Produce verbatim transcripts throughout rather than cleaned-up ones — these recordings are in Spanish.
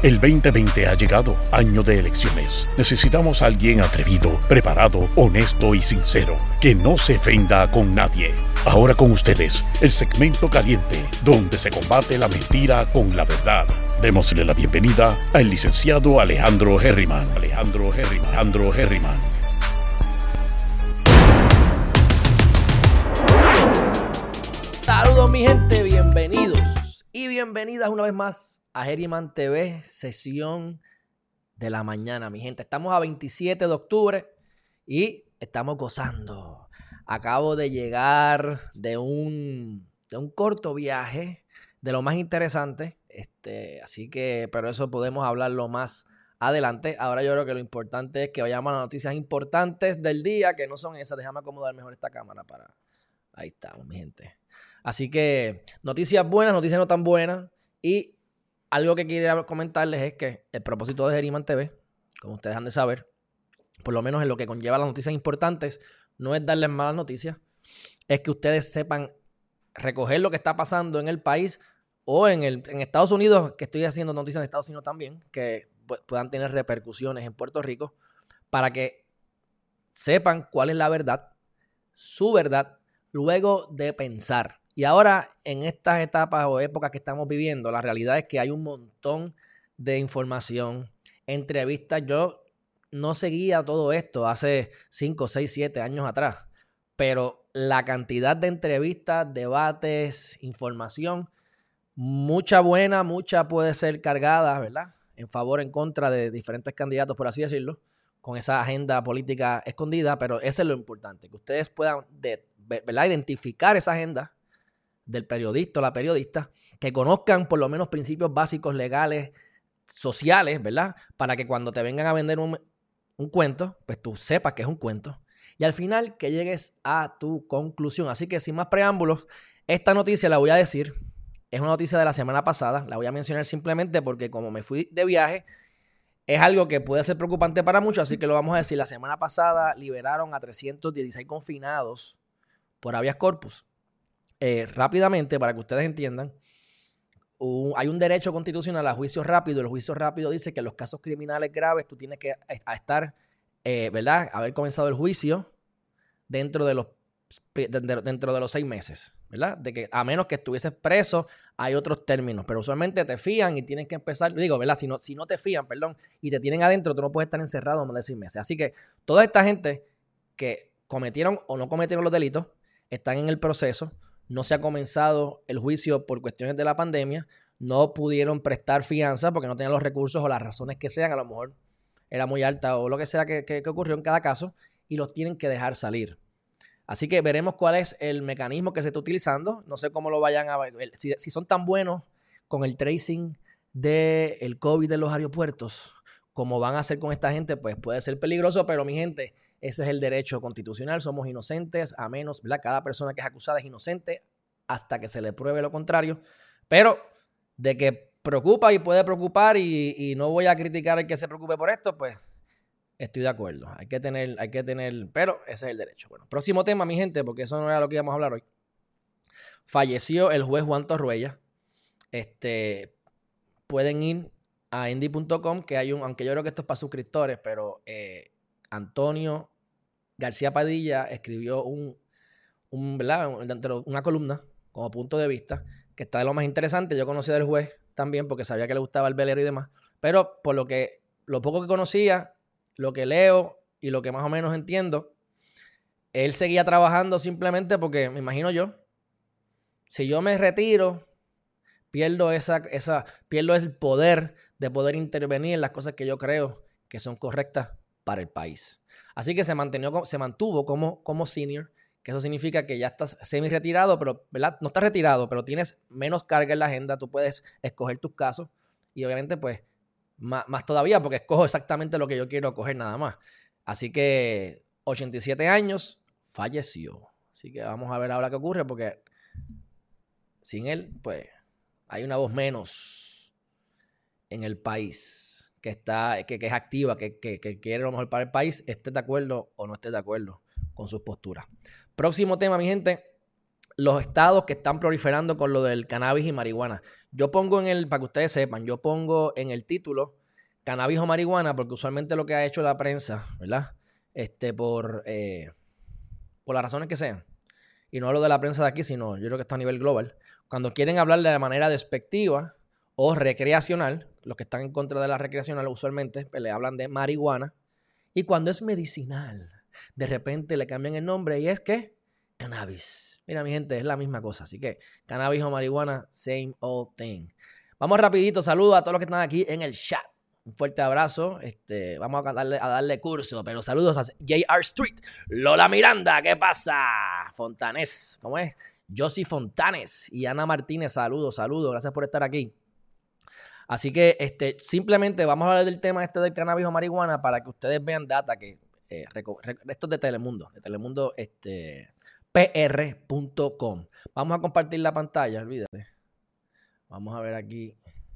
El veinte veinte ha llegado, año de elecciones. Necesitamos a alguien atrevido, preparado, honesto y sincero, que no se ofenda con nadie. Ahora con ustedes, el segmento caliente, donde se combate la mentira con la verdad. Démosle la bienvenida al licenciado Alejandro Herriman. Alejandro Herriman. Alejandro Herriman. Saludos mi gente, bienvenidos y bienvenidas una vez más a Herriman T V, sesión de la mañana, mi gente. Estamos a veintisiete de octubre y estamos gozando. Acabo de llegar de un, de un corto viaje, de lo más interesante, este, así que, pero eso podemos hablarlo más adelante. Ahora yo creo que lo importante es que vayamos a las noticias importantes del día, que no son esas. Déjame acomodar mejor esta cámara para... Ahí estamos, mi gente. Así que noticias buenas, noticias no tan buenas. Y algo que quería comentarles es que el propósito de Herriman T V, como ustedes han de saber, por lo menos en lo que conlleva las noticias importantes, no es darles malas noticias, es que ustedes sepan recoger lo que está pasando en el país o en, el, en Estados Unidos, que estoy haciendo noticias en Estados Unidos también, que puedan tener repercusiones en Puerto Rico, para que sepan cuál es la verdad, su verdad, luego de pensar. Y ahora, en estas etapas o épocas que estamos viviendo, la realidad es que hay un montón de información, entrevistas. Yo no seguía todo esto hace cinco, seis, siete años atrás, pero la cantidad de entrevistas, debates, información, mucha buena, mucha puede ser cargada, ¿verdad? En favor o en contra de diferentes candidatos, por así decirlo, con esa agenda política escondida, pero eso es lo importante, que ustedes puedan, de, ¿verdad?, identificar esa agenda del periodista o la periodista, que conozcan por lo menos principios básicos legales, sociales, ¿verdad? Para que cuando te vengan a vender un, un cuento, pues tú sepas que es un cuento. Y al final que llegues a tu conclusión. Así que sin más preámbulos, esta noticia la voy a decir. Es una noticia de la semana pasada. La voy a mencionar simplemente porque como me fui de viaje, es algo que puede ser preocupante para muchos. Así que lo vamos a decir. La semana pasada liberaron a trescientos dieciséis confinados por habeas corpus. Eh, rápidamente, para que ustedes entiendan, un, hay un derecho constitucional a juicio rápido. El juicio rápido dice que en los casos criminales graves tú tienes que a estar, eh, ¿verdad?, haber comenzado el juicio dentro de los dentro de los seis meses, ¿verdad? De que a menos que estuvieses preso, hay otros términos, pero usualmente te fían y tienes que empezar, digo, ¿verdad? Si no, si no te fían, perdón, y te tienen adentro, tú no puedes estar encerrado más de seis meses. Así que toda esta gente que cometieron o no cometieron los delitos están en el proceso. No se ha comenzado el juicio por cuestiones de la pandemia, no pudieron prestar fianza porque no tenían los recursos o las razones que sean, a lo mejor era muy alta o lo que sea que, que, que ocurrió en cada caso, y los tienen que dejar salir. Así que veremos cuál es el mecanismo que se está utilizando. No sé cómo lo vayan a ver. Si, si son tan buenos con el tracing del COVID de los aeropuertos como van a hacer con esta gente, pues puede ser peligroso, pero mi gente, ese es el derecho constitucional. Somos inocentes a menos, ¿verdad? Cada persona que es acusada es inocente hasta que se le pruebe lo contrario. Pero de que preocupa y puede preocupar y, y no voy a criticar al que se preocupe por esto, pues estoy de acuerdo. Hay que tener, hay que tener, pero ese es el derecho. Bueno, próximo tema, mi gente, porque eso no era lo que íbamos a hablar hoy. Falleció el juez Juan Torruella. Este, pueden ir a indy punto com, que hay un, aunque yo creo que esto es para suscriptores, pero eh, Antonio García Padilla escribió un, un, ¿verdad?, una columna como punto de vista que está de lo más interesante. Yo conocía del juez también porque sabía que le gustaba el velero y demás, pero por lo que lo poco que conocía, lo que leo y lo que más o menos entiendo, él seguía trabajando simplemente porque, me imagino yo, si yo me retiro, pierdo esa, esa, pierdo el poder de poder intervenir en las cosas que yo creo que son correctas para el país. Así que se mantuvo, se mantuvo como, como senior, que eso significa que ya estás semi-retirado, pero, ¿verdad?, no estás retirado, pero tienes menos carga en la agenda, tú puedes escoger tus casos y obviamente pues más, más todavía porque escojo exactamente lo que yo quiero coger nada más. Así que ochenta y siete años, falleció. Así que vamos a ver ahora qué ocurre porque sin él pues hay una voz menos en el país que, está, que, que es activa, que, que, que quiere lo mejor para el país, esté de acuerdo o no esté de acuerdo con sus posturas. Próximo tema, mi gente. los estados que están proliferando con lo del cannabis y marihuana. Yo pongo en el, para que ustedes sepan, yo pongo en el título cannabis o marihuana porque usualmente lo que ha hecho la prensa, ¿verdad? Este, por, eh, por las razones que sean. Y no hablo de la prensa de aquí, sino yo creo que está a nivel global. Cuando quieren hablar de manera despectiva o recreacional, los que están en contra de la recreacional usualmente pues, le hablan de marihuana. Y cuando es medicinal, de repente le cambian el nombre y es que cannabis. Mira, mi gente, es la misma cosa. Así que cannabis o marihuana, same old thing. Vamos rapidito. Saludos a todos los que están aquí en el chat. Un fuerte abrazo. Este, vamos a darle, a darle curso, pero saludos a J R Street, Lola Miranda, ¿qué pasa? Fontanes, ¿cómo es? Josie Fontanes y Ana Martínez, saludos, saludos. Gracias por estar aquí. Así que este, simplemente vamos a hablar del tema este del cannabis o marihuana para que ustedes vean data que eh, esto es de Telemundo, de Telemundo este, P R punto com. Vamos a compartir la pantalla, olvídate. Vamos a ver aquí.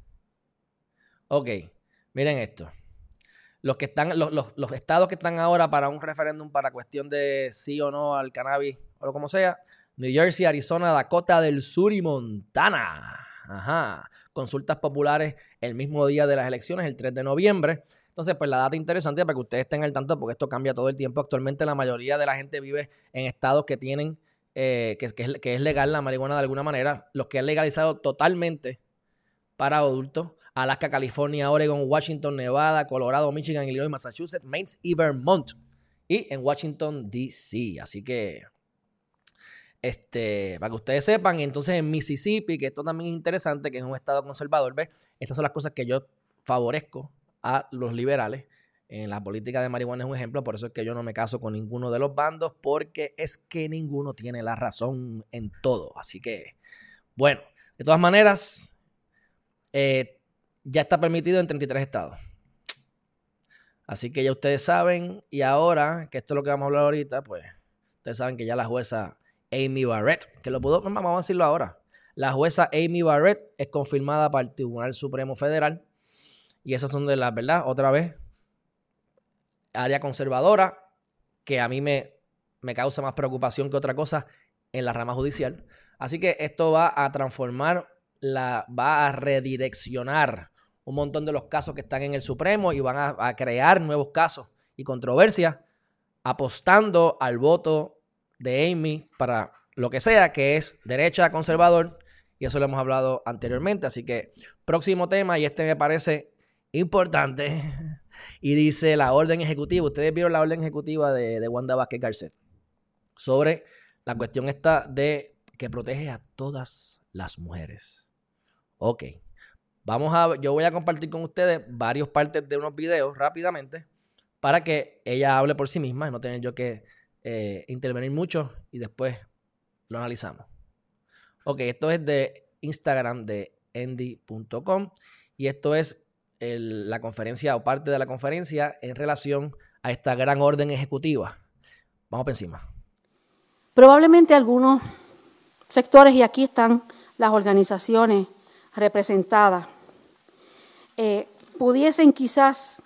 Ok, miren esto. Los que están, los, los, los estados que están ahora para un referéndum para cuestión de sí o no al cannabis o lo como sea: New Jersey, Arizona, Dakota del Sur y Montana. Ajá. Consultas populares el mismo día de las elecciones, el tres de noviembre. Entonces, pues la data interesante para que ustedes estén al tanto porque esto cambia todo el tiempo. Actualmente la mayoría de la gente vive en estados que tienen, eh, que, que, es, que es legal la marihuana de alguna manera. Los que han legalizado totalmente para adultos: Alaska, California, Oregon, Washington, Nevada, Colorado, Michigan, Illinois, Massachusetts, Maine y Vermont. Y en Washington, D C. Así que... Este, para que ustedes sepan, entonces en Mississippi, que esto también es interesante, que es un estado conservador, ¿ves? Estas son las cosas que yo favorezco a los liberales. En la política de marihuana es un ejemplo, por eso es que yo no me caso con ninguno de los bandos, porque es que ninguno tiene la razón en todo. Así que, bueno, de todas maneras, eh, ya está permitido en treinta y tres estados. Así que ya ustedes saben, y ahora, que esto es lo que vamos a hablar ahorita, pues, ustedes saben que ya la jueza Amy Barrett, que lo puedo, vamos a decirlo ahora. La jueza Amy Barrett es confirmada para el Tribunal Supremo Federal. Y esas son de las, ¿verdad? Otra vez, área conservadora, que a mí me, me causa más preocupación que otra cosa en la rama judicial. Así que esto va a transformar, la, va a redireccionar un montón de los casos que están en el Supremo y van a, a crear nuevos casos y controversias apostando al voto de Amy para lo que sea, que es derecha, conservador, y eso lo hemos hablado anteriormente. Así que próximo tema, y este me parece importante, y dice la orden ejecutiva. Ustedes vieron la orden ejecutiva de, de Wanda Vázquez Garcet sobre la cuestión esta de que protege a todas las mujeres. Ok, vamos a, yo voy a compartir con ustedes varios partes de unos videos rápidamente para que ella hable por sí misma y no tener yo que Eh, intervenir mucho y después lo analizamos. Ok, esto es de Instagram de endy punto com y esto es el, la conferencia o parte de la conferencia en relación a esta gran orden ejecutiva. Vamos por encima. Probablemente algunos sectores, y aquí están las organizaciones representadas, eh, pudiesen quizás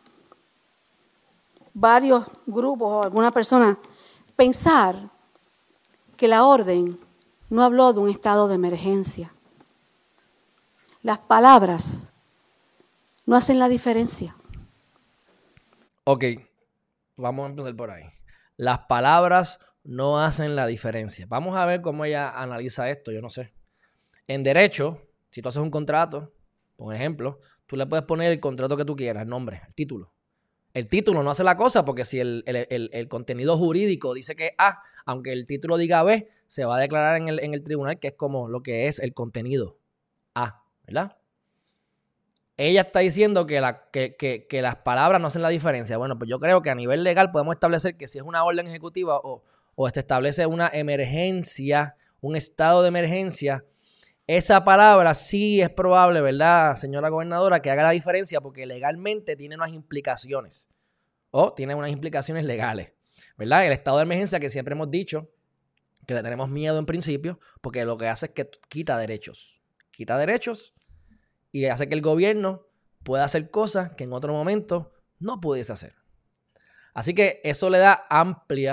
varios grupos o alguna persona pensar que la orden no habló de un estado de emergencia. Las palabras no hacen la diferencia. Ok, vamos a empezar por ahí. Las palabras no hacen la diferencia. Vamos a ver cómo ella analiza esto, yo no sé. En derecho, si tú haces un contrato, por ejemplo, tú le puedes poner el contrato que tú quieras, el nombre, el título. El título no hace la cosa porque si el, el, el, el contenido jurídico dice que es A, aunque el título diga B, se va a declarar en el, en el tribunal que es como lo que es el contenido A, ¿verdad? Ella está diciendo que, la, que, que, que las palabras no hacen la diferencia. Bueno, pues yo creo que a nivel legal podemos establecer que si es una orden ejecutiva o, o se establece una emergencia, un estado de emergencia, esa palabra sí es probable, ¿verdad, señora gobernadora, que haga la diferencia porque legalmente tiene unas implicaciones o tiene unas implicaciones legales, ¿verdad? El estado de emergencia que siempre hemos dicho que le tenemos miedo en principio porque lo que hace es que quita derechos, quita derechos y hace que el gobierno pueda hacer cosas que en otro momento no pudiese hacer. Así que eso le da amplia,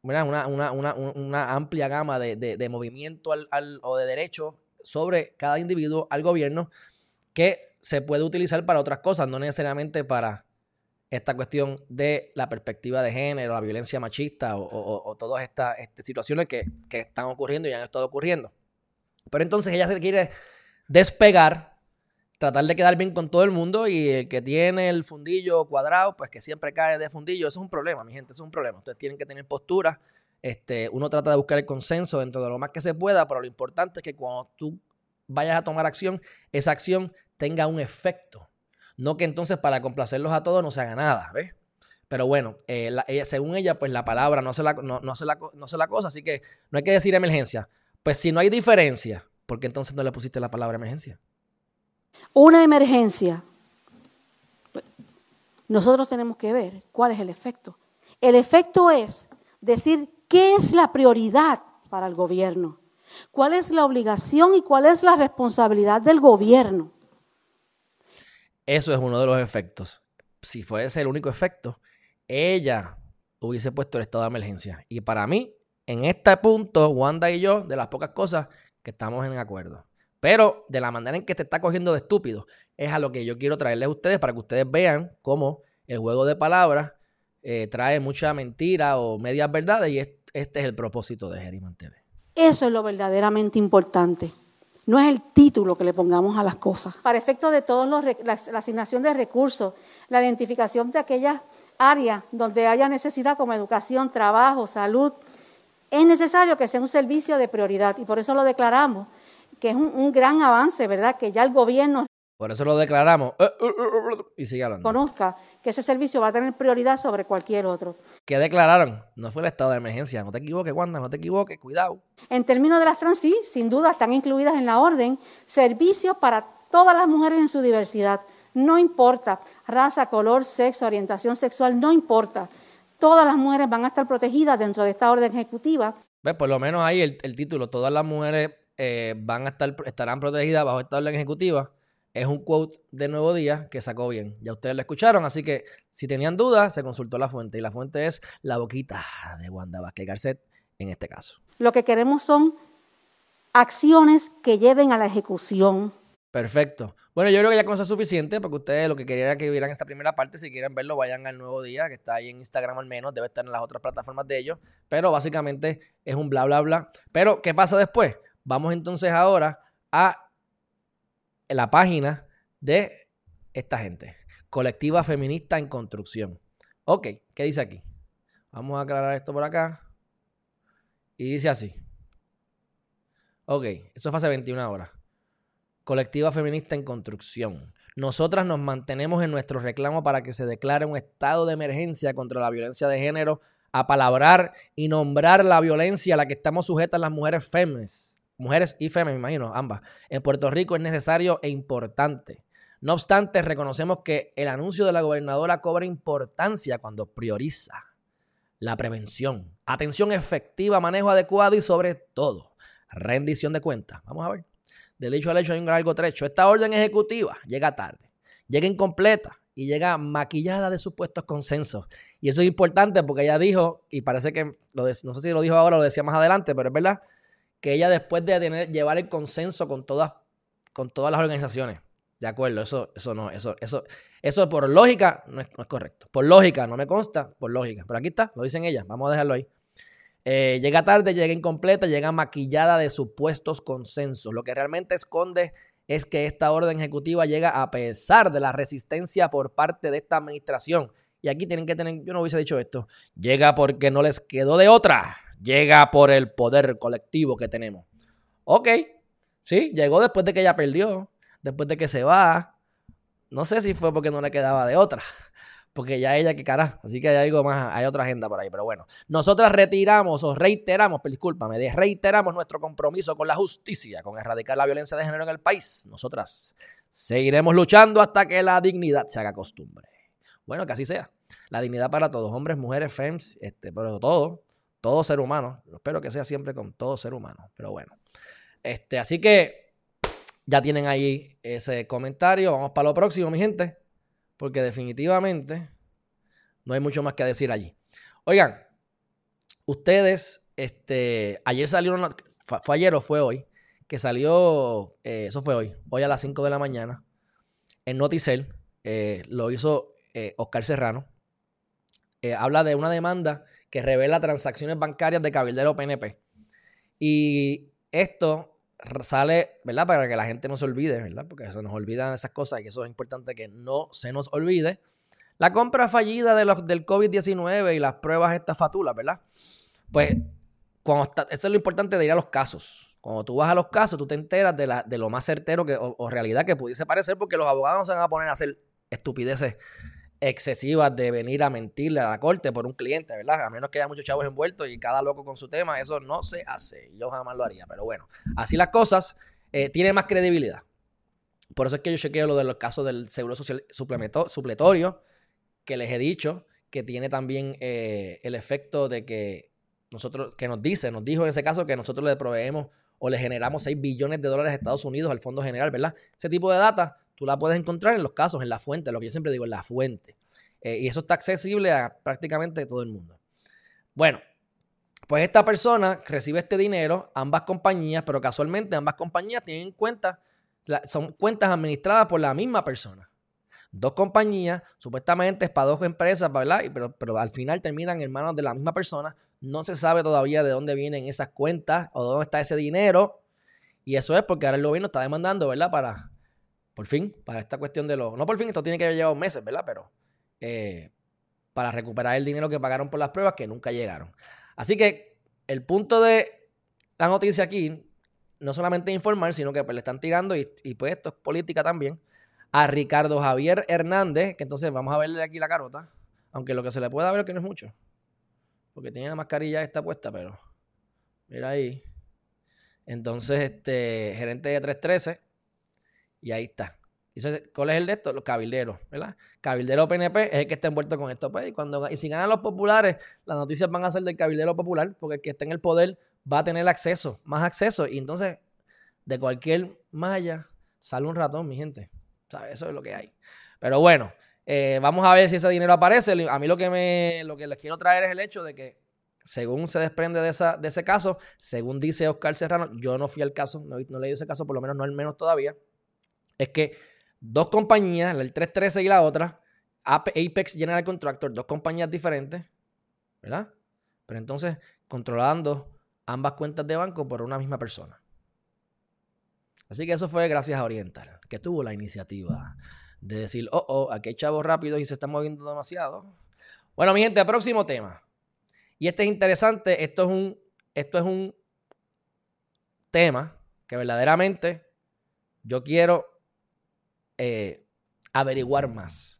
una, una, una, una, una amplia gama de, de, de movimiento al, al, o de derechos sobre cada individuo al gobierno que se puede utilizar para otras cosas, no necesariamente para esta cuestión de la perspectiva de género, la violencia machista o, o, o todas estas este, situaciones que, que están ocurriendo y han estado ocurriendo. Pero entonces ella se quiere despegar, tratar de quedar bien con todo el mundo, y el que tiene el fundillo cuadrado, pues que siempre cae de fundillo. Eso es un problema, mi gente, eso es un problema. Ustedes tienen que tener postura. Este, uno trata de buscar el consenso dentro de lo más que se pueda, pero lo importante es que cuando tú vayas a tomar acción, esa acción tenga un efecto. No que entonces para complacerlos a todos no se haga nada, ¿ves? Pero bueno, eh, la, ella, según ella, pues la palabra no se la, no, no, se la, no se la cosa, así que no hay que decir emergencia. Pues si no hay diferencia, ¿por qué entonces no le pusiste la palabra emergencia? Una emergencia. Nosotros tenemos que ver cuál es el efecto. El efecto es decir qué es la prioridad para el gobierno, cuál es la obligación y cuál es la responsabilidad del gobierno. Eso es uno de los efectos. Si fuese el único efecto, ella hubiese puesto el estado de emergencia. Y para mí, en este punto, Wanda y yo, de las pocas cosas que estamos en acuerdo. Pero de la manera en que te está cogiendo de estúpido, es a lo que yo quiero traerles a ustedes para que ustedes vean cómo el juego de palabras eh, trae mucha mentira o medias verdades, y este es el propósito de Herriman T V. Eso es lo verdaderamente importante. No es el título que le pongamos a las cosas. Para efecto de todos los la, la asignación de recursos, la identificación de aquellas áreas donde haya necesidad como educación, trabajo, salud, es necesario que sea un servicio de prioridad, y por eso lo declaramos, que es un, un gran avance, ¿verdad? Que ya el gobierno... Por eso lo declaramos. Y sigue hablando. Conozca que ese servicio va a tener prioridad sobre cualquier otro. ¿Qué declararon? No fue el estado de emergencia. No te equivoques, Wanda, no te equivoques, cuidado. En términos de las trans, sí, sin duda están incluidas en la orden servicios para todas las mujeres en su diversidad. No importa raza, color, sexo, orientación sexual, no importa. Todas las mujeres van a estar protegidas dentro de esta orden ejecutiva. ¿Ves? Por lo menos ahí el, el título, todas las mujeres eh, van a estar, estarán protegidas bajo esta orden ejecutiva. Es un quote de Nuevo Día que sacó bien. Ya ustedes lo escucharon, así que si tenían dudas, se consultó la fuente. Y la fuente es la boquita de Wanda Vázquez Garcet en este caso. Lo que queremos son acciones que lleven a la ejecución. Perfecto. Bueno, yo creo que ya con eso es suficiente, porque ustedes lo que querían era que vieran esta primera parte. Si quieren verlo, vayan al Nuevo Día, que está ahí en Instagram al menos. Debe estar en las otras plataformas de ellos. Pero básicamente es un bla, bla, bla. Pero, ¿qué pasa después? Vamos entonces ahora a la página de esta gente. Colectiva Feminista en Construcción. Ok, ¿qué dice aquí? Vamos a aclarar esto por acá. Y dice así. Ok, eso fue hace veintiuna horas. Colectiva Feminista en Construcción. Nosotras nos mantenemos en nuestro reclamo para que se declare un estado de emergencia contra la violencia de género, apalabrar y nombrar la violencia a la que estamos sujetas las mujeres féminas. Mujeres y féminas, me imagino, ambas. En Puerto Rico es necesario e importante. No obstante, reconocemos que el anuncio de la gobernadora cobra importancia cuando prioriza la prevención, atención efectiva, manejo adecuado y sobre todo, rendición de cuentas. Vamos a ver. Del dicho al hecho hay un largo trecho. Esta orden ejecutiva llega tarde, llega incompleta y llega maquillada de supuestos consensos. Y eso es importante porque ella dijo, y parece que, lo de, no sé si lo dijo ahora o lo decía más adelante, pero es verdad, que ella después de tener, llevar el consenso con todas, con todas las organizaciones. De acuerdo, eso, eso no, eso, eso, eso por lógica no es, no es correcto. Por lógica, no me consta, por lógica. Pero aquí está, lo dicen ellas, vamos a dejarlo ahí. Eh, llega tarde, llega incompleta, llega maquillada de supuestos consensos. Lo que realmente esconde es que esta orden ejecutiva llega a pesar de la resistencia por parte de esta administración. Y aquí tienen que tener, yo no hubiese dicho esto, llega porque no les quedó de otra. Llega por el poder colectivo que tenemos. Ok, sí, llegó después de que ella perdió, después de que se va. No sé si fue porque no le quedaba de otra, porque ya ella, que cara, así que hay algo más, hay otra agenda por ahí, pero bueno. Nosotras retiramos o reiteramos, discúlpame, de reiteramos nuestro compromiso con la justicia, con erradicar la violencia de género en el país. Nosotras seguiremos luchando hasta que la dignidad se haga costumbre. Bueno, que así sea. La dignidad para todos, hombres, mujeres, femmes, este, pero todo. Todo ser humano. Espero que sea siempre con todo ser humano. Pero bueno. Este, así que ya tienen ahí ese comentario. Vamos para lo próximo, mi gente. Porque definitivamente no hay mucho más que decir allí. Oigan, ustedes, este, ayer salió, una, fue ayer o fue hoy, que salió, eh, eso fue hoy, hoy a las cinco de la mañana, en Noticel, eh, lo hizo eh, Oscar Serrano, eh, habla de una demanda que revela transacciones bancarias de cabildero P N P. Y esto sale, ¿verdad? Para que la gente no se olvide, ¿verdad? Porque se nos olvidan esas cosas y que eso es importante que no se nos olvide. La compra fallida de los, del COVID diecinueve y las pruebas estas fatulas, ¿verdad? Pues, cuando está, eso es lo importante de ir a los casos. Cuando tú vas a los casos, tú te enteras de, la, de lo más certero que, o, o realidad que pudiese parecer, porque los abogados no se van a poner a hacer estupideces excesivas de venir a mentirle a la corte por un cliente, ¿verdad? A menos que haya muchos chavos envueltos y cada loco con su tema, eso no se hace. Yo jamás lo haría, pero bueno, así las cosas, eh, tiene más credibilidad. Por eso es que yo chequeo lo de los casos del Seguro Social supletorio, que les he dicho, que tiene también eh, el efecto de que nosotros, que nos dice, nos dijo en ese caso que nosotros le proveemos o le generamos seis billones de dólares a Estados Unidos al Fondo General, ¿verdad? Ese tipo de data tú la puedes encontrar en los casos, en la fuente, lo que yo siempre digo, en la fuente. Eh, y eso está accesible a prácticamente todo el mundo. Bueno, pues esta persona recibe este dinero, ambas compañías, pero casualmente ambas compañías tienen cuentas, son cuentas administradas por la misma persona. Dos compañías, supuestamente es para dos empresas, ¿verdad? Pero, pero al final terminan en manos de la misma persona. No se sabe todavía de dónde vienen esas cuentas o dónde está ese dinero. Y eso es porque ahora el gobierno está demandando, ¿verdad? Para... Por fin, para esta cuestión de los... No por fin, esto tiene que haber llevado meses, ¿verdad? Pero eh, para recuperar el dinero que pagaron por las pruebas que nunca llegaron. Así que el punto de la noticia aquí, no solamente informar, sino que pues, le están tirando, y, y pues esto es política también, a Ricardo Javier Hernández, que entonces vamos a verle aquí la carota, aunque lo que se le pueda ver que no es mucho, porque tiene la mascarilla esta puesta, pero mira ahí. Entonces, este gerente de trescientos trece, y ahí está. Entonces, ¿cuál es el de esto? Los cabilderos, ¿verdad? Cabildero P N P es el que está envuelto con esto. Pues, y, cuando, y si ganan los populares, las noticias van a ser del cabildero popular, porque el que está en el poder va a tener acceso, más acceso. Y entonces, de cualquier malla sale un ratón, mi gente. ¿Sabes? Eso es lo que hay. Pero bueno, eh, vamos a ver si ese dinero aparece. A mí lo que, me, lo que les quiero traer es el hecho de que, según se desprende de, esa, de ese caso, según dice Oscar Serrano, yo no fui al caso, no, no leí ese caso, por lo menos no al menos todavía, es que dos compañías, el trescientos trece y la otra, Apex General Contractor, dos compañías diferentes, ¿verdad? Pero entonces controlando ambas cuentas de banco por una misma persona. Así que eso fue gracias a Oriental, que tuvo la iniciativa de decir, oh, oh, aquí hay chavos rápidos y se están moviendo demasiado. Bueno, mi gente, próximo tema. Y este es interesante, esto es un, esto es un tema que verdaderamente yo quiero Eh, averiguar más,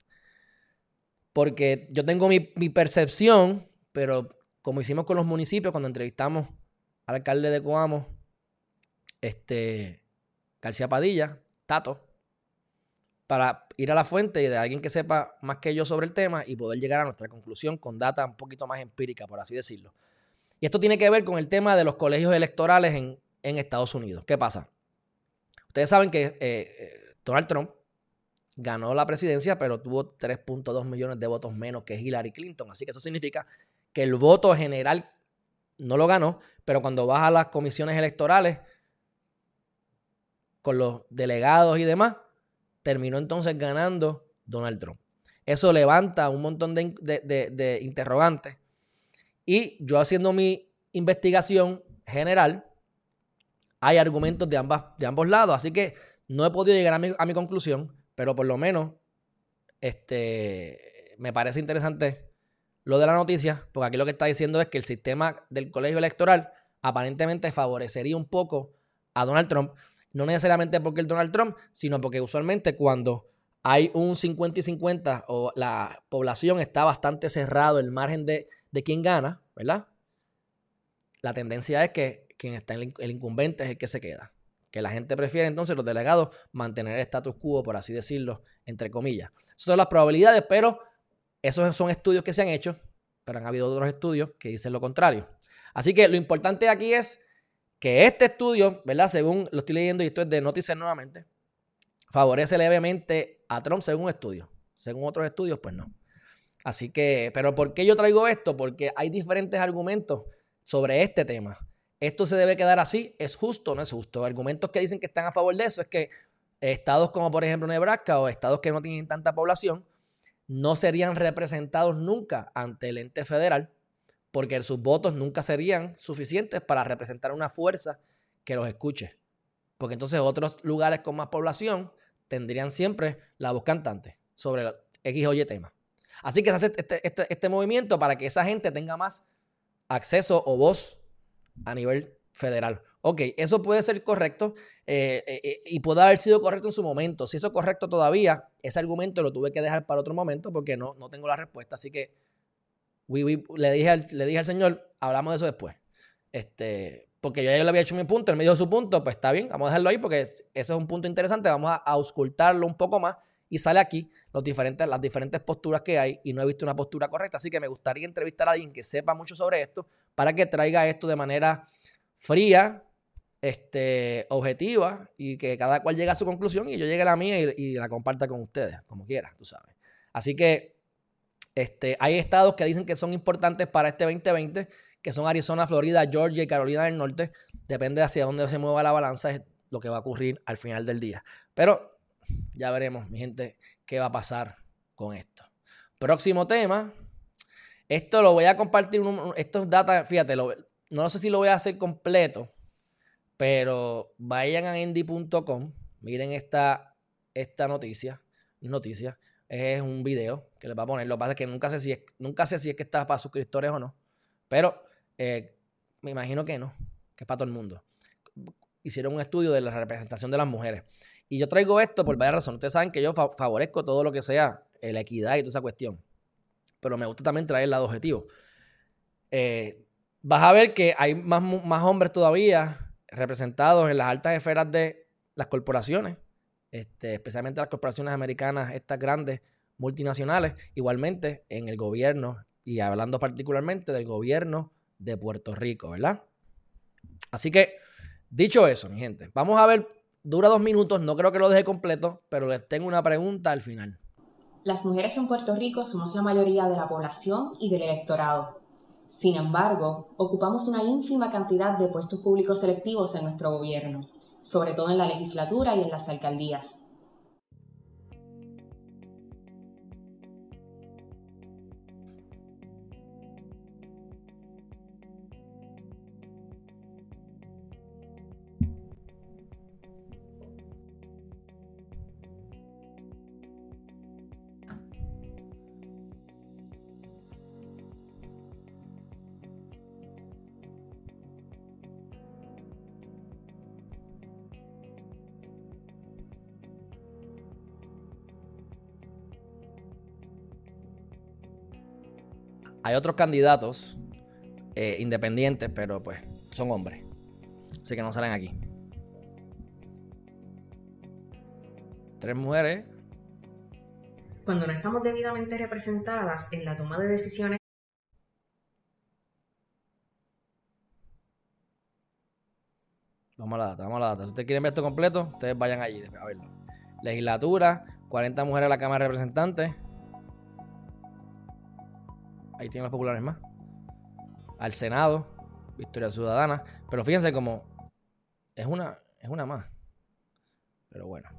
porque yo tengo mi, mi percepción, pero como hicimos con los municipios cuando entrevistamos al alcalde de Coamo, este García Padilla, Tato, para ir a la fuente y de alguien que sepa más que yo sobre el tema y poder llegar a nuestra conclusión con data un poquito más empírica, por así decirlo. Y esto tiene que ver con el tema de los colegios electorales en, en Estados Unidos. ¿Qué pasa? Ustedes saben que eh, Donald Trump ganó la presidencia, pero tuvo tres punto dos millones de votos menos que Hillary Clinton. Así que eso significa que el voto general no lo ganó, pero cuando vas a las comisiones electorales con los delegados y demás, terminó entonces ganando Donald Trump. Eso levanta un montón de, de, de, de interrogantes. Y yo haciendo mi investigación general, hay argumentos de, ambas, de ambos lados. Así que no he podido llegar a mi, a mi conclusión, pero por lo menos este, me parece interesante lo de la noticia, porque aquí lo que está diciendo es que el sistema del colegio electoral aparentemente favorecería un poco a Donald Trump, no necesariamente porque el Donald Trump, sino porque usualmente cuando hay un cincuenta y cincuenta o la población está bastante cerrado el margen de, de quién gana, ¿verdad? La tendencia es que quien está en el incumbente es el que se queda. Que la gente prefiere entonces, los delegados, mantener el status quo, por así decirlo, entre comillas. Esas son las probabilidades, pero esos son estudios que se han hecho, pero han habido otros estudios que dicen lo contrario. Así que lo importante aquí es que este estudio, ¿verdad? Según lo estoy leyendo, y esto es de Noticias nuevamente, favorece levemente a Trump según estudios. Según otros estudios, pues no. Así que, pero ¿por qué yo traigo esto? Porque hay diferentes argumentos sobre este tema. ¿Esto se debe quedar así? ¿Es justo o no es justo? Argumentos que dicen que están a favor de eso es que estados como por ejemplo Nebraska o estados que no tienen tanta población no serían representados nunca ante el ente federal porque sus votos nunca serían suficientes para representar una fuerza que los escuche. Porque entonces otros lugares con más población tendrían siempre la voz cantante sobre el X o Y tema. Así que se hace este, este, este movimiento para que esa gente tenga más acceso o voz a nivel federal. Ok, eso puede ser correcto eh, eh, y puede haber sido correcto en su momento. Si eso es correcto todavía, ese argumento lo tuve que dejar para otro momento porque no, no tengo la respuesta. Así que we, we, le, dije al, le dije al señor, hablamos de eso después. Este, porque yo ya le había hecho mi punto, él me dijo su punto, pues está bien, vamos a dejarlo ahí porque ese es un punto interesante. Vamos a auscultarlo un poco más y sale aquí los diferentes, las diferentes posturas que hay y no he visto una postura correcta. Así que me gustaría entrevistar a alguien que sepa mucho sobre esto para que traiga esto de manera fría, este, objetiva y que cada cual llegue a su conclusión y yo llegue a la mía y, y la comparta con ustedes, como quiera, tú sabes. Así que este, hay estados que dicen que son importantes para este veinte veinte, que son Arizona, Florida, Georgia y Carolina del Norte. Depende de hacia dónde se mueva la balanza, es lo que va a ocurrir al final del día. Pero ya veremos, mi gente, qué va a pasar con esto. Próximo tema. Esto lo voy a compartir. Estos datos, fíjate, lo, no sé si lo voy a hacer completo, pero vayan a Endy punto com. Miren esta, esta noticia. Noticia. Es un video que les va a poner. Lo que pasa es que nunca sé si es, nunca sé si es que está para suscriptores o no. Pero eh, me imagino que no, que es para todo el mundo. Hicieron un estudio de la representación de las mujeres. Y yo traigo esto por varias razones. Ustedes saben que yo fa- favorezco todo lo que sea eh, la equidad y toda esa cuestión. Pero me gusta también traer el lado objetivo. Eh, vas a ver que hay más, más hombres todavía representados en las altas esferas de las corporaciones, este, especialmente las corporaciones americanas, estas grandes multinacionales, igualmente en el gobierno, y hablando particularmente del gobierno de Puerto Rico, ¿verdad? Así que, dicho eso, mi gente, vamos a ver, dura dos minutos, no creo que lo deje completo, pero les tengo una pregunta al final. Las mujeres en Puerto Rico somos la mayoría de la población y del electorado. Sin embargo, ocupamos una ínfima cantidad de puestos públicos selectivos en nuestro gobierno, sobre todo en la legislatura y en las alcaldías. Hay otros candidatos eh, independientes, pero pues son hombres. Así que no salen aquí. Tres mujeres. Cuando no estamos debidamente representadas en la toma de decisiones. Vamos a la data, vamos a la data. Si ustedes quieren ver esto completo, ustedes vayan allí a verlo. Legislatura, cuarenta mujeres a la Cámara de Representantes. Ahí tienen los populares más. Al Senado, Victoria Ciudadana. Pero fíjense como es una, es una más. Pero bueno.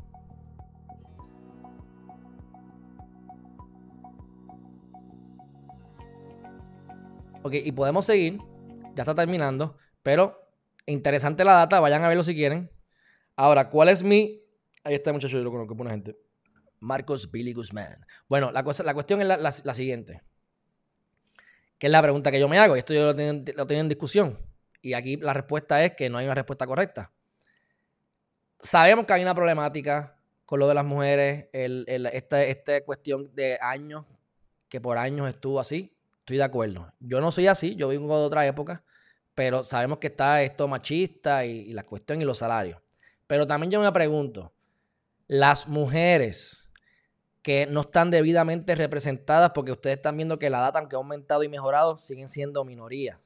Ok, y podemos seguir. Ya está terminando. Pero interesante la data. Vayan a verlo si quieren. Ahora, ¿cuál es mi...? Ahí está el muchacho, yo lo conozco, buena gente. Marcos Billy Guzmán. Bueno, la, cosa, la cuestión es la, la, la siguiente. Que es la pregunta que yo me hago. Y esto yo lo tenía, lo tenía en discusión. Y aquí la respuesta es que no hay una respuesta correcta. Sabemos que hay una problemática con lo de las mujeres. El, el, esta, esta cuestión de años, que por años estuvo así. Estoy de acuerdo. Yo no soy así. Yo vengo de otra época. Pero sabemos que está esto machista y, y la cuestión y los salarios. Pero también yo me pregunto. Las mujeres que no están debidamente representadas, porque ustedes están viendo que la data, aunque ha aumentado y mejorado, siguen siendo minoría.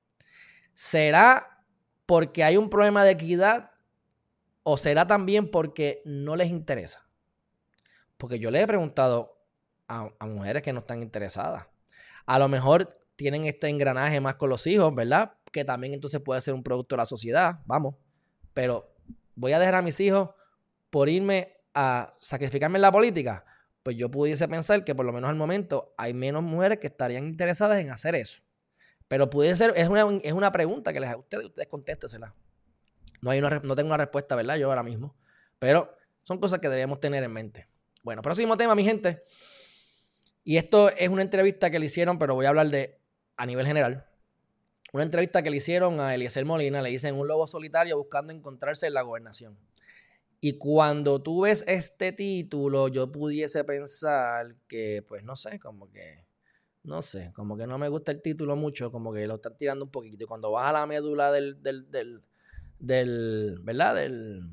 ¿Será porque hay un problema de equidad o será también porque no les interesa? Porque yo les he preguntado a, a mujeres que no están interesadas. A lo mejor tienen este engranaje más con los hijos, ¿verdad? que también entonces puede ser un producto de la sociedad, vamos. Pero voy a dejar a mis hijos por irme a sacrificarme en la política. Pues yo pudiese pensar que por lo menos al momento hay menos mujeres que estarían interesadas en hacer eso. Pero pudiese ser, es una, es una pregunta que les hago a ustedes, ustedes contéstensela. No, hay una, no tengo una respuesta, ¿verdad? Yo ahora mismo. Pero son cosas que debemos tener en mente. Bueno, próximo tema, mi gente. Y esto es una entrevista que le hicieron, pero voy a hablar de a nivel general. Una entrevista que le hicieron a Eliezer Molina, le dicen un lobo solitario buscando encontrarse en la gobernación. Y cuando tú ves este título, yo pudiese pensar que, pues no sé, como que, no sé, como que no me gusta el título mucho, como que lo están tirando un poquito. Y cuando vas a la médula del, del, del, del ¿verdad? Del,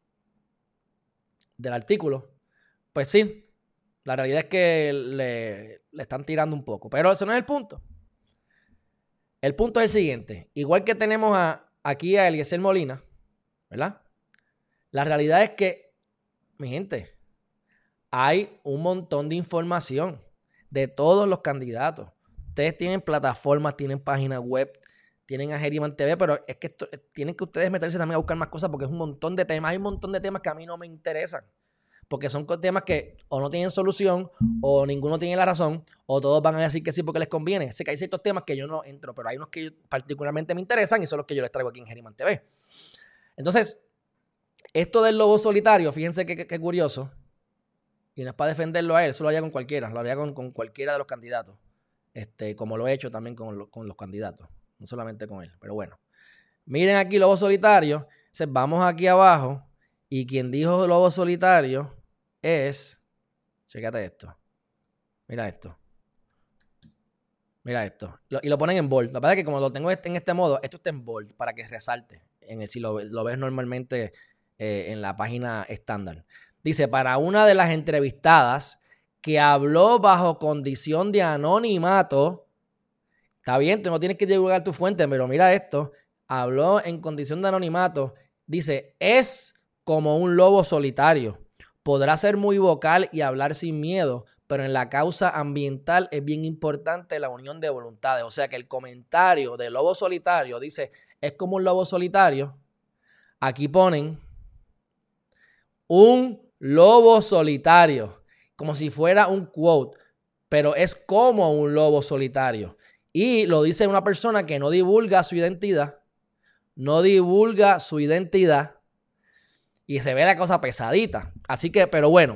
del artículo, pues sí, la realidad es que le, le están tirando un poco. Pero ese no es el punto. El punto es el siguiente. Igual que tenemos a, aquí a Eliezer Molina, ¿verdad? La realidad es que, mi gente, hay un montón de información de todos los candidatos. Ustedes tienen plataformas, tienen páginas web, tienen a Herriman T V, pero es que esto, tienen que ustedes meterse también a buscar más cosas porque es un montón de temas. Hay un montón de temas que a mí no me interesan. Porque son temas que o no tienen solución, o ninguno tiene la razón, o todos van a decir que sí porque les conviene. Sé que hay ciertos temas que yo no entro, pero hay unos que particularmente me interesan y son los que yo les traigo aquí en Herriman T V. Entonces, esto del lobo solitario, fíjense qué curioso, y no es para defenderlo a él, eso lo haría con cualquiera, lo haría con, con cualquiera de los candidatos, este, como lo he hecho también con, lo, con los candidatos, no solamente con él, pero bueno. Miren aquí lobo solitario, entonces vamos aquí abajo, y quien dijo lobo solitario es, chécate esto, mira esto, mira esto, lo, y lo ponen en bold. La verdad es que como lo tengo en este modo, esto está en bold para que resalte, en el, si lo, lo ves normalmente eh, en la página estándar. Dice, para una de las entrevistadas que habló bajo condición de anonimato, está bien, tú no tienes que divulgar tu fuente, pero mira esto, habló en condición de anonimato, dice, es como un lobo solitario. Podrá ser muy vocal y hablar sin miedo, pero en la causa ambiental es bien importante la unión de voluntades. O sea que el comentario del lobo solitario dice, es como un lobo solitario. Aquí ponen un lobo solitario, como si fuera un quote, pero es como un lobo solitario. Y lo dice una persona que no divulga su identidad, no divulga su identidad, y se ve la cosa pesadita. Así que, pero bueno,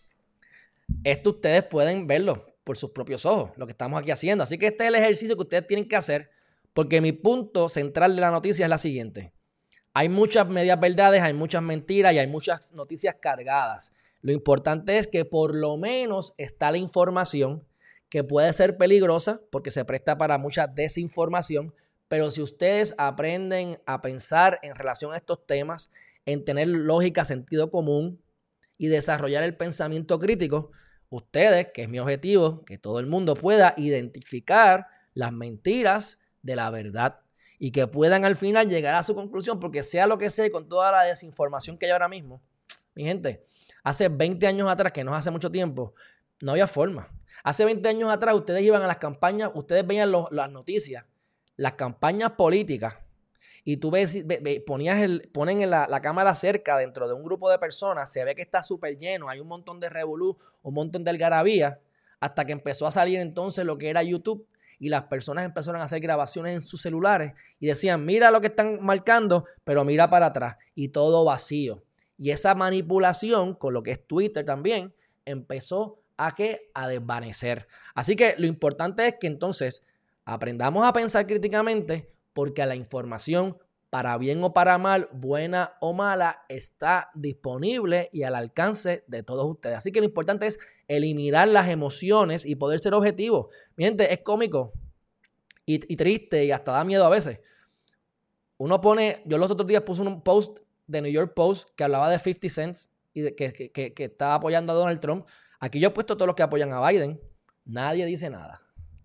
esto ustedes pueden verlo por sus propios ojos, lo que estamos aquí haciendo. Así que este es el ejercicio que ustedes tienen que hacer, porque mi punto central de la noticia es la siguiente. Hay muchas medias verdades, hay muchas mentiras y hay muchas noticias cargadas. Lo importante es que por lo menos está la información, que puede ser peligrosa porque se presta para mucha desinformación, pero si ustedes aprenden a pensar en relación a estos temas, en tener lógica, sentido común y desarrollar el pensamiento crítico, ustedes, que es mi objetivo, que todo el mundo pueda identificar las mentiras de la verdad y que puedan al final llegar a su conclusión, porque sea lo que sea, con toda la desinformación que hay ahora mismo, mi gente, hace veinte años atrás, que no es hace mucho tiempo, no había forma. Hace veinte años atrás ustedes iban a las campañas, ustedes veían los, las noticias, las campañas políticas, y tú ves, ve, ve, ponías el, ponen la, la cámara cerca dentro de un grupo de personas, se ve que está súper lleno, hay un montón de revolú, un montón de algarabía, hasta que empezó a salir entonces lo que era YouTube, y las personas empezaron a hacer grabaciones en sus celulares y decían, mira lo que están marcando, pero mira para atrás, y todo vacío. Y esa manipulación, con lo que es Twitter también, empezó a, ¿qué? a desvanecer. Así que lo importante es que entonces aprendamos a pensar críticamente, porque la información, para bien o para mal, buena o mala, está disponible y al alcance de todos ustedes. Así que lo importante es eliminar las emociones y poder ser objetivos. Mi gente, es cómico y, y triste y hasta da miedo a veces. Uno pone, yo los otros días puse un post de New York Post que hablaba de fifty cents y de, que, que, que, que estaba apoyando a Donald Trump. Aquí yo he puesto todos los que apoyan a Biden. Nadie dice nada.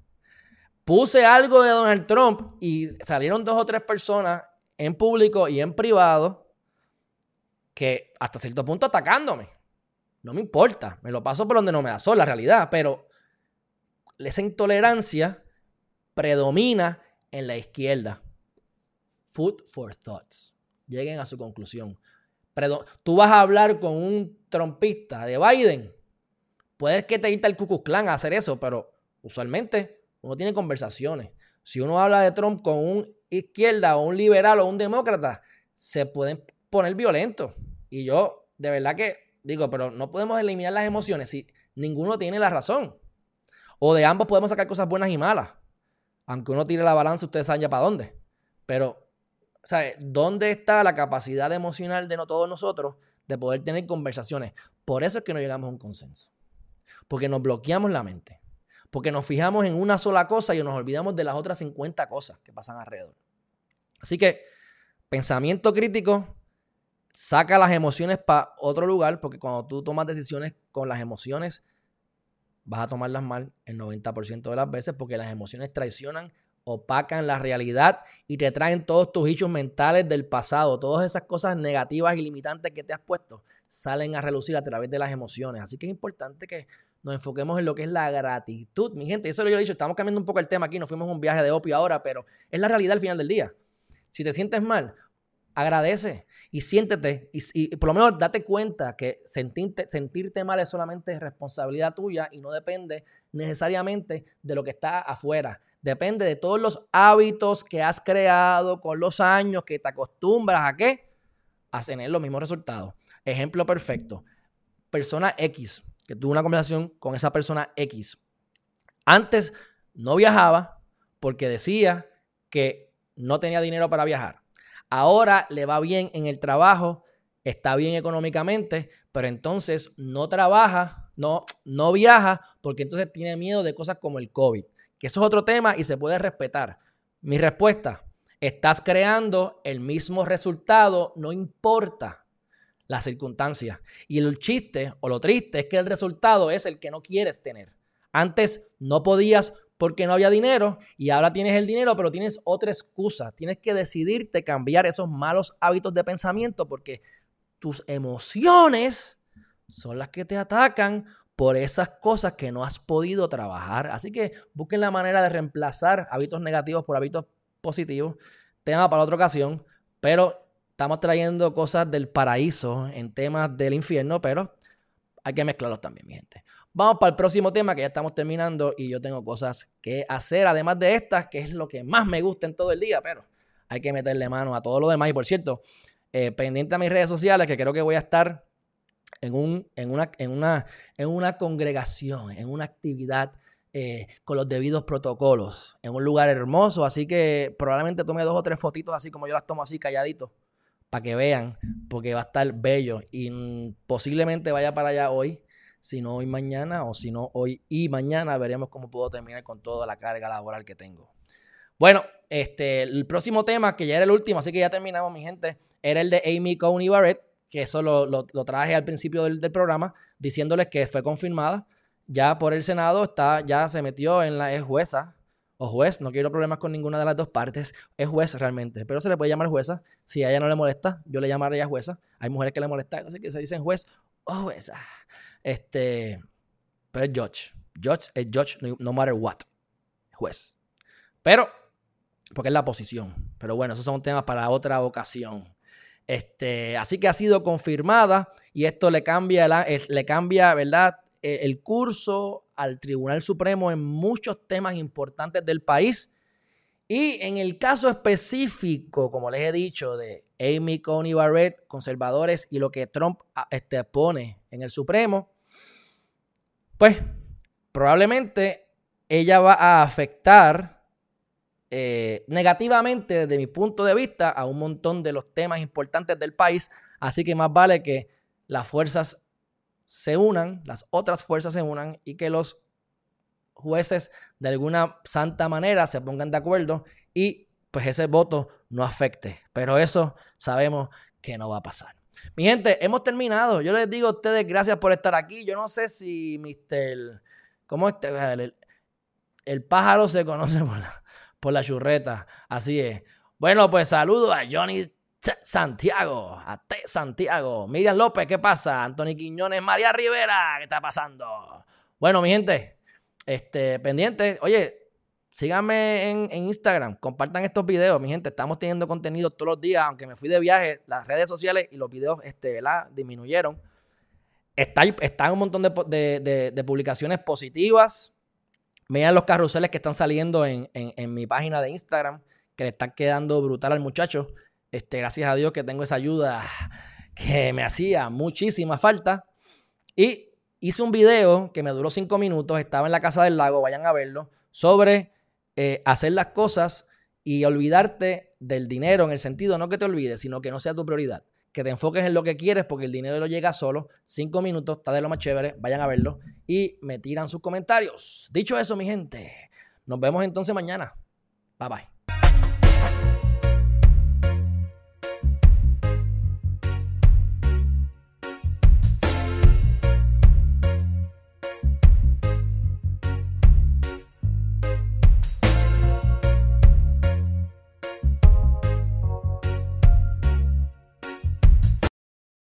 Puse algo de Donald Trump y salieron dos o tres personas en público y en privado que hasta cierto punto atacándome. No me importa, me lo paso por donde no me da sol, la realidad, pero esa intolerancia predomina en la izquierda. Food for thoughts. Lleguen a su conclusión. Pero tú vas a hablar con un trompista de Biden. Puedes que te irte al Ku Klux Klan a hacer eso, pero usualmente uno tiene conversaciones. Si uno habla de Trump con un izquierda o un liberal o un demócrata, se pueden poner violentos. Y yo, de verdad que digo, pero no podemos eliminar las emociones si ninguno tiene la razón. O de ambos podemos sacar cosas buenas y malas. Aunque uno tire la balanza, ustedes saben ya para dónde. Pero, ¿sabes? ¿Dónde está la capacidad emocional de no todos nosotros de poder tener conversaciones? Por eso es que no llegamos a un consenso. Porque nos bloqueamos la mente. Porque nos fijamos en una sola cosa y nos olvidamos de las otras cincuenta cosas que pasan alrededor. Así que, pensamiento crítico, saca las emociones para otro lugar, porque cuando tú tomas decisiones con las emociones, vas a tomarlas mal el noventa por ciento de las veces, porque las emociones traicionan, opacan la realidad y te traen todos tus issues mentales del pasado. Todas esas cosas negativas y limitantes que te has puesto salen a relucir a través de las emociones. Así que es importante que nos enfoquemos en lo que es la gratitud, mi gente. Eso lo he dicho, estamos cambiando un poco el tema aquí, nos fuimos a un viaje de opio ahora, pero es la realidad al final del día. Si te sientes mal, agradece y siéntete y, y por lo menos date cuenta que sentirte, sentirte mal es solamente responsabilidad tuya y no depende necesariamente de lo que está afuera. Depende de todos los hábitos que has creado con los años, que te acostumbras a ¿qué? A tener los mismos resultados. Ejemplo perfecto. Persona X, que tuvo una conversación con esa persona X. Antes no viajaba porque decía que no tenía dinero para viajar. Ahora le va bien en el trabajo, está bien económicamente, pero entonces no trabaja, no, no viaja porque entonces tiene miedo de cosas como el COVID. Que eso es otro tema y se puede respetar. Mi respuesta, estás creando el mismo resultado, no importa las circunstancias. Y el chiste o lo triste es que el resultado es el que no quieres tener. Antes no podías porque no había dinero y ahora tienes el dinero, pero tienes otra excusa. Tienes que decidirte cambiar esos malos hábitos de pensamiento porque tus emociones son las que te atacan por esas cosas que no has podido trabajar. Así que busquen la manera de reemplazar hábitos negativos por hábitos positivos. Tema para otra ocasión, pero estamos trayendo cosas del paraíso en temas del infierno, pero hay que mezclarlos también, mi gente. Vamos para el próximo tema que ya estamos terminando y yo tengo cosas que hacer, además de estas, que es lo que más me gusta en todo el día, pero hay que meterle mano a todo lo demás. Y por cierto, eh, pendiente a mis redes sociales, que creo que voy a estar en, un, en, una, en, una, en una congregación, en una actividad eh, con los debidos protocolos, en un lugar hermoso, así que probablemente tome dos o tres fotitos así como yo las tomo así calladito, para que vean, porque va a estar bello y mm, posiblemente vaya para allá hoy, si no hoy mañana o si no hoy y mañana, veremos cómo puedo terminar con toda la carga laboral que tengo. Bueno, este, el próximo tema, que ya era el último, así que ya terminamos, mi gente, era el de Amy Coney Barrett, que eso lo, lo, lo traje al principio del, del programa, diciéndoles que fue confirmada ya por el Senado, está, ya se metió en la, es jueza, o juez, no quiero problemas con ninguna de las dos partes, es juez realmente, pero se le puede llamar jueza, si a ella no le molesta, yo le llamaré a ella jueza, hay mujeres que le molestan, así que se dicen juez o jueza, este, pero es judge, judge es judge no, no matter what, juez, pero, porque es la posición, pero bueno, esos son temas para otra ocasión. Este, así que ha sido confirmada y esto le cambia, la, le cambia, ¿verdad?, el curso al Tribunal Supremo en muchos temas importantes del país. Y en el caso específico, como les he dicho, de Amy Coney Barrett, conservadores y lo que Trump este, pone en el Supremo, pues probablemente ella va a afectar eh, negativamente desde mi punto de vista a un montón de los temas importantes del país. Así que más vale que las fuerzas se unan, las otras fuerzas se unan y que los jueces de alguna santa manera se pongan de acuerdo y pues ese voto no afecte. Pero eso sabemos que no va a pasar. Mi gente, hemos terminado. Yo les digo a ustedes gracias por estar aquí. Yo no sé si mister ¿Cómo es? El, el pájaro se conoce por la, por la churreta. Así es. Bueno, pues saludo a Johnny Santiago, a T Santiago, Miriam López, ¿qué pasa? Anthony Quiñones, María Rivera, ¿qué está pasando? Bueno, mi gente, este, pendiente, oye, Síganme en, en Instagram, compartan estos videos, mi gente. Estamos teniendo contenido todos los días, aunque me fui de viaje, las redes sociales y los videos este, ¿verdad? disminuyeron. Está, están un montón de, de, de, de publicaciones positivas. Vean los carruseles que están saliendo en, en, en mi página de Instagram, que le están quedando brutal al muchacho. Este, gracias a Dios que tengo esa ayuda que me hacía muchísima falta. Y hice un video que me duró cinco minutos, estaba en la Casa del Lago, vayan a verlo, sobre eh, hacer las cosas y olvidarte del dinero, en el sentido no que te olvides, sino que no sea tu prioridad. Que te enfoques en lo que quieres, porque el dinero lo llega solo. Cinco minutos, está de lo más chévere, vayan a verlo y me tiran sus comentarios. Dicho eso, mi gente, nos vemos entonces mañana. Bye bye.